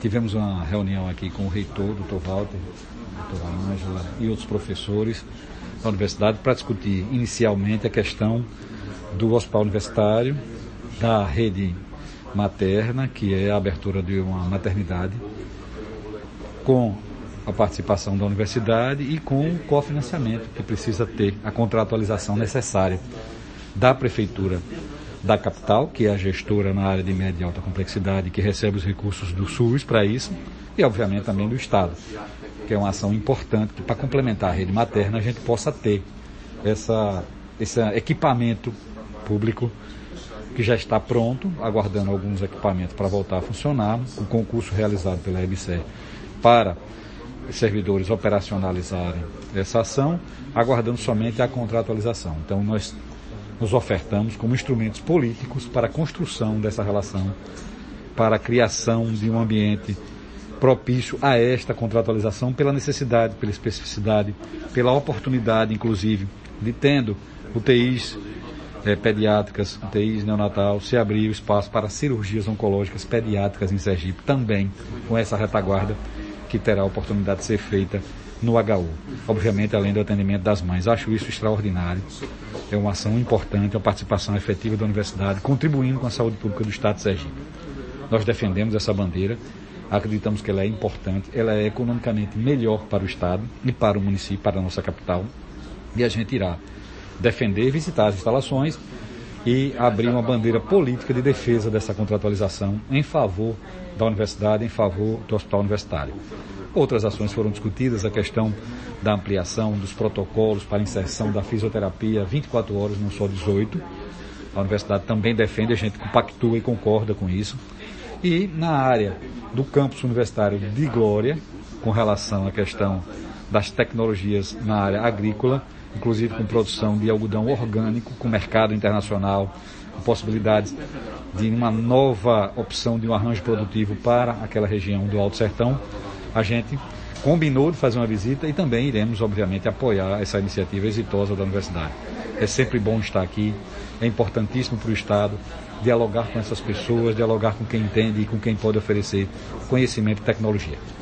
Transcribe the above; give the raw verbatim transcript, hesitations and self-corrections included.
tivemos uma reunião aqui com o reitor, doutor Walter, doutora Ângela e outros professores da universidade para discutir inicialmente a questão do hospital universitário, da rede materna, que é a abertura de uma maternidade, com a participação da universidade e com o cofinanciamento que precisa ter, a contratualização necessária da prefeitura da capital, que é a gestora na área de média e alta complexidade, que recebe os recursos do SUS para isso, e obviamente também do Estado, que é uma ação importante que, para complementar a rede materna, a gente possa ter essa, esse equipamento público que já está pronto, aguardando alguns equipamentos para voltar a funcionar, o concurso realizado pela E B S E R para os servidores operacionalizarem essa ação, aguardando somente a contratualização. Então, nós nos ofertamos como instrumentos políticos para a construção dessa relação, para a criação de um ambiente propício a esta contratualização, pela necessidade, pela especificidade, pela oportunidade, inclusive, de tendo U T Is eh, pediátricas, U T Is neonatal, se abrir o espaço para cirurgias oncológicas pediátricas em Sergipe, também com essa retaguarda que terá a oportunidade de ser feita no H U. Obviamente, além do atendimento das mães. Acho isso extraordinário. É uma ação importante, a participação efetiva da universidade, contribuindo com a saúde pública do Estado de Sergipe. Nós defendemos essa bandeira, acreditamos que ela é importante, ela é economicamente melhor para o Estado e para o município, para a nossa capital, e a gente irá defender, visitar as instalações e abrir uma bandeira política de defesa dessa contratualização em favor da universidade, em favor do hospital universitário. Outras ações foram discutidas, a questão da ampliação dos protocolos para inserção da fisioterapia vinte e quatro horas, não só dezoito. A universidade também defende, a gente compactua e concorda com isso. E na área do campus universitário de Glória, com relação à questão das tecnologias na área agrícola, inclusive com produção de algodão orgânico, com mercado internacional, com possibilidades de uma nova opção de um arranjo produtivo para aquela região do Alto Sertão, a gente combinou de fazer uma visita e também iremos, obviamente, apoiar essa iniciativa exitosa da universidade. É sempre bom estar aqui, é importantíssimo para o Estado dialogar com essas pessoas, dialogar com quem entende e com quem pode oferecer conhecimento e tecnologia.